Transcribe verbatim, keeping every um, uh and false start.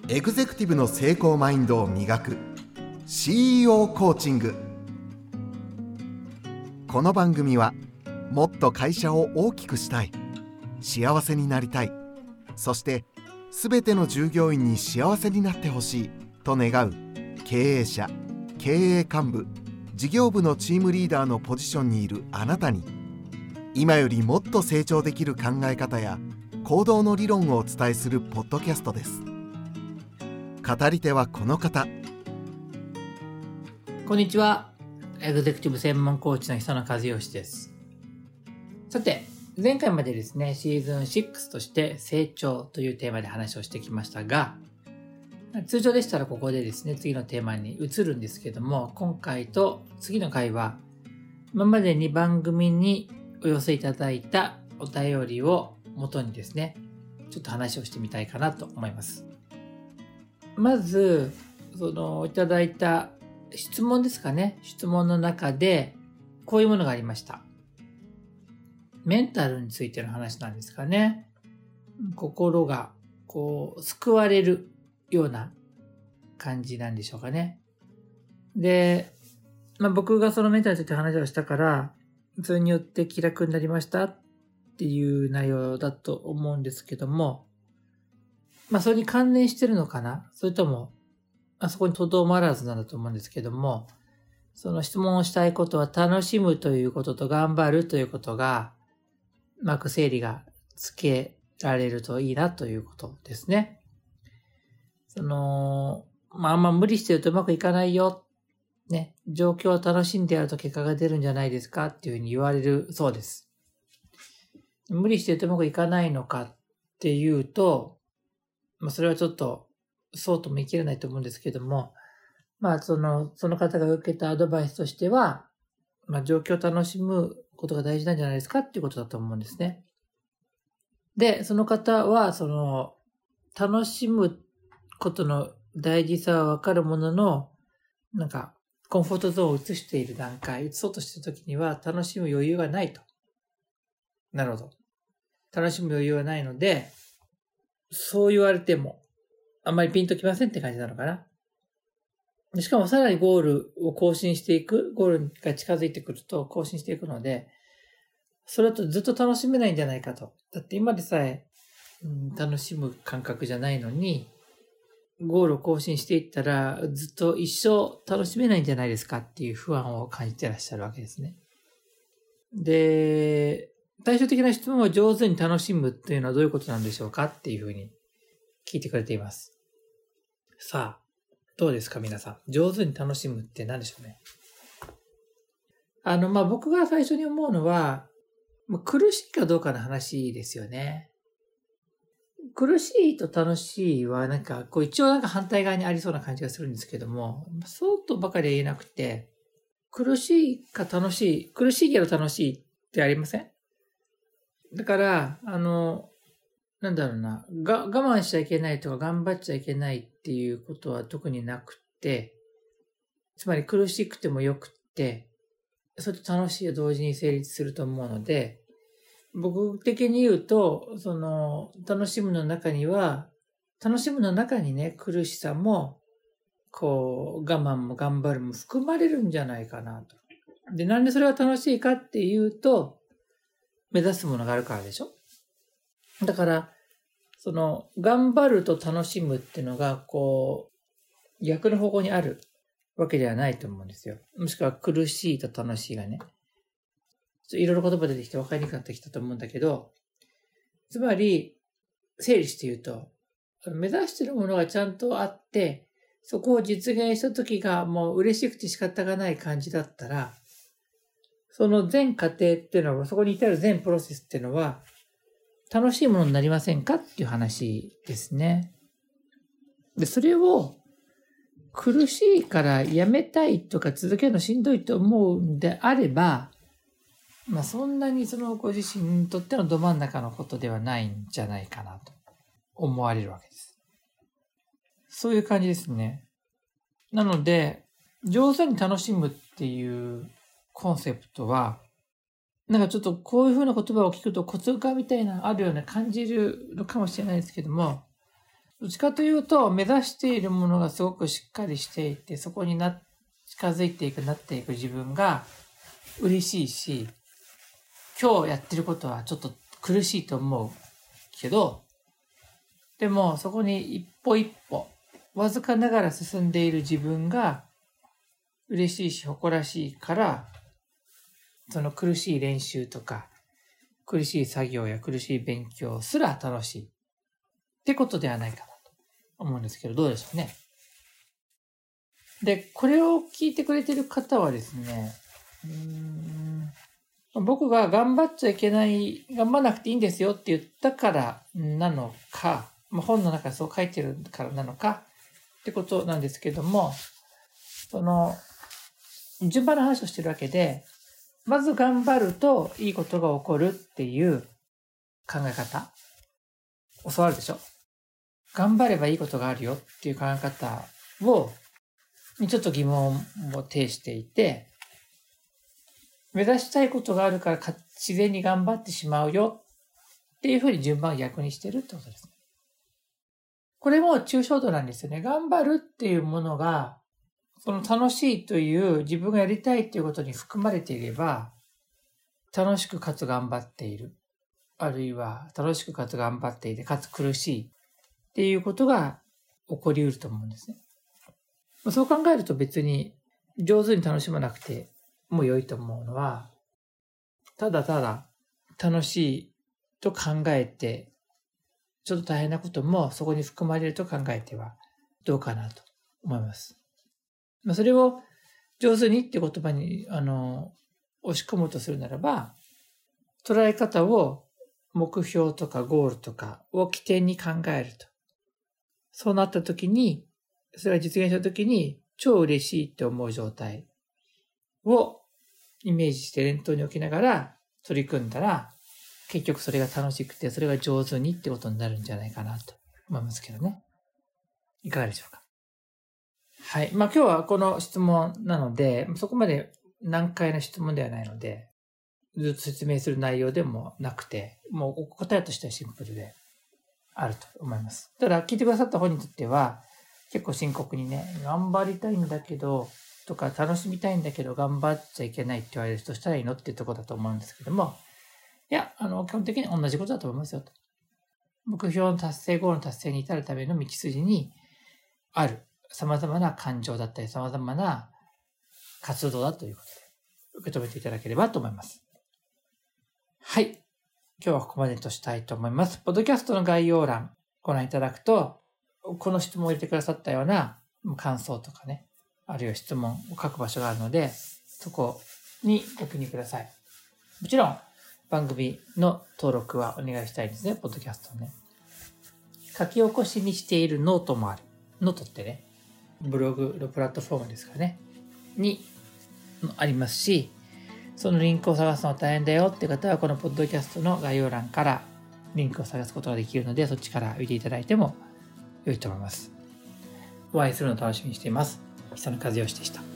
エグゼクティブの成功マインドを磨く シーイーオー コーチング。この番組はもっと会社を大きくしたい、幸せになりたい、そして全ての従業員に幸せになってほしいと願う経営者、経営幹部、事業部のチームリーダーのポジションにいるあなたに、今よりもっと成長できる考え方や行動の理論をお伝えするポッドキャストです。語り手はこの方。 こんにちは。エグゼクティブ専門コーチの久野和義です。さて、前回までですね、シーズンろくとして成長というテーマで話をしてきましたが、通常でしたらここでですね、次のテーマに移るんですけども、今回と次の回は、今までに番組にお寄せいただいたお便りを元にですね、ちょっと話をしてみたいかなと思います。まず、そのいただいた質問ですかね。質問の中で、こういうものがありました。メンタルについての話なんですかね。心が、こう、救われるような感じなんでしょうかね。で、まあ、僕がそのメンタルについて話をしたから、それによって気楽になりましたっていう内容だと思うんですけども、まあ、それに関連してるのかな？それとも、あそこにとどまらずなんだと思うんですけども、その質問をしたいことは楽しむということと頑張るということが、うまく整理がつけられるといいなということですね。その、まあ、あんま無理してるとうまくいかないよ。ね、状況を楽しんでやると結果が出るんじゃないですかっていうふうに言われるそうです。無理してるとうまくいかないのかっていうと、まあ、それはちょっとそうとも言い切れないと思うんですけども、まあ、その、その方が受けたアドバイスとしては、まあ、状況を楽しむことが大事なんじゃないですかっていうことだと思うんですね。で、その方は、その、楽しむことの大事さはわかるものの、なんか、コンフォートゾーンを移している段階、移そうとしているときには楽しむ余裕がないと。なるほど。楽しむ余裕はないので、そう言われても、あんまりピンときませんって感じなのかな。しかもさらにゴールを更新していく、ゴールが近づいてくると更新していくので、それだとずっと楽しめないんじゃないかと。だって今でさえ、うん、楽しむ感覚じゃないのに、ゴールを更新していったらずっと一生楽しめないんじゃないですかっていう不安を感じてらっしゃるわけですね。で、対照的な質問は上手に楽しむっていうのはどういうことなんでしょうかっていうふうに聞いてくれています。さあ、どうですか皆さん。上手に楽しむって何でしょうね。あの、まあ、僕が最初に思うのは、苦しいかどうかの話ですよね。苦しいと楽しいはなんか、こう一応なんか反対側にありそうな感じがするんですけども、そうとばかりは言えなくて、苦しいか楽しい、苦しいけど楽しいってありません？だから、あの、なんだろうな、が、我慢しちゃいけないとか頑張っちゃいけないっていうことは特になくて、つまり苦しくてもよくって、それと楽しいを同時に成立すると思うので、僕的に言うと、その、楽しむの中には、楽しむの中にね、苦しさも、こう、我慢も頑張るも含まれるんじゃないかなと。で、なんでそれが楽しいかっていうと、目指すものがあるからでしょ？だから、その、頑張ると楽しむっていうのが、こう、逆の方向にあるわけではないと思うんですよ。もしくは苦しいと楽しいがね。いろいろ言葉出てきて分かりにくくなってきたと思うんだけど、つまり、整理して言うと、目指しているものがちゃんとあって、そこを実現した時がもう嬉しくて仕方がない感じだったら、その全過程っていうのは、そこに至る全プロセスっていうのは、楽しいものになりませんかっていう話ですね。で、それを苦しいからやめたいとか続けるのしんどいと思うんであれば、まあそんなにそのご自身にとってのど真ん中のことではないんじゃないかなと思われるわけです。そういう感じですね。なので、上手に楽しむっていうコンセプトは、なんかちょっとこういう風な言葉を聞くとコツがみたいなあるような感じるのかもしれないですけども、 どっちかというと、目指しているものがすごくしっかりしていて、そこにな、近づいていく、なっていく自分が嬉しいし、今日やってることはちょっと苦しいと思うけど、でもそこに一歩一歩、わずかながら進んでいる自分が嬉しいし誇らしいから、その苦しい練習とか、苦しい作業や苦しい勉強すら楽しいってことではないかなと思うんですけど、どうでしょうね。で、これを聞いてくれてる方はですね、うーん僕が頑張っちゃいけない、頑張らなくていいんですよって言ったからなのか、まあ、本の中でそう書いてるからなのかってことなんですけども、その、順番の話をしてるわけで、まず頑張るといいことが起こるっていう考え方、教わるでしょ。頑張ればいいことがあるよっていう考え方を、にちょっと疑問を呈していて、目指したいことがあるから自然に頑張ってしまうよっていうふうに順番を逆にしてるってことです。これも抽象度なんですよね。頑張るっていうものが、その楽しいという自分がやりたいということに含まれていれば、楽しくかつ頑張っている。あるいは楽しくかつ頑張っていて、かつ苦しいっていうことが起こり得ると思うんですね。そう考えると別に上手に楽しまなくても良いと思うのは、ただただ楽しいと考えて、ちょっと大変なこともそこに含まれると考えてはどうかなと思います。それを上手にって言葉にあの押し込むとするならば、捉え方を目標とかゴールとかを起点に考えると。そうなった時に、それが実現した時に超嬉しいって思う状態をイメージして念頭に置きながら取り組んだら、結局それが楽しくて、それが上手にってことになるんじゃないかなと思いますけどね。いかがでしょうか。はい。まあ今日はこの質問なので、そこまで難解な質問ではないので、ずっと説明する内容でもなくて、もう答えとしてはシンプルであると思います。ただ聞いてくださった本にとっては、結構深刻にね、頑張りたいんだけど、とか楽しみたいんだけど頑張っちゃいけないって言われるとしたらいいのっていうところだと思うんですけども、いや、あの、基本的に同じことだと思いますよと。目標の達成、ゴールの達成に至るための道筋にある様々な感情だったり、様々な活動だということで、受け止めていただければと思います。はい。今日はここまでとしたいと思います。ポッドキャストの概要欄ご覧いただくと、この質問を入れてくださったような感想とかね、あるいは質問を書く場所があるので、そこにご記入ください。もちろん、番組の登録はお願いしたいですね、ポッドキャストね。書き起こしにしているノートもある。ノートってね、ブログのプラットフォームですからね、にありますし、そのリンクを探すのは大変だよって方は、このポッドキャストの概要欄からリンクを探すことができるので、そっちから見ていただいても良いと思います。お会いするのを楽しみにしています。久野和義でした。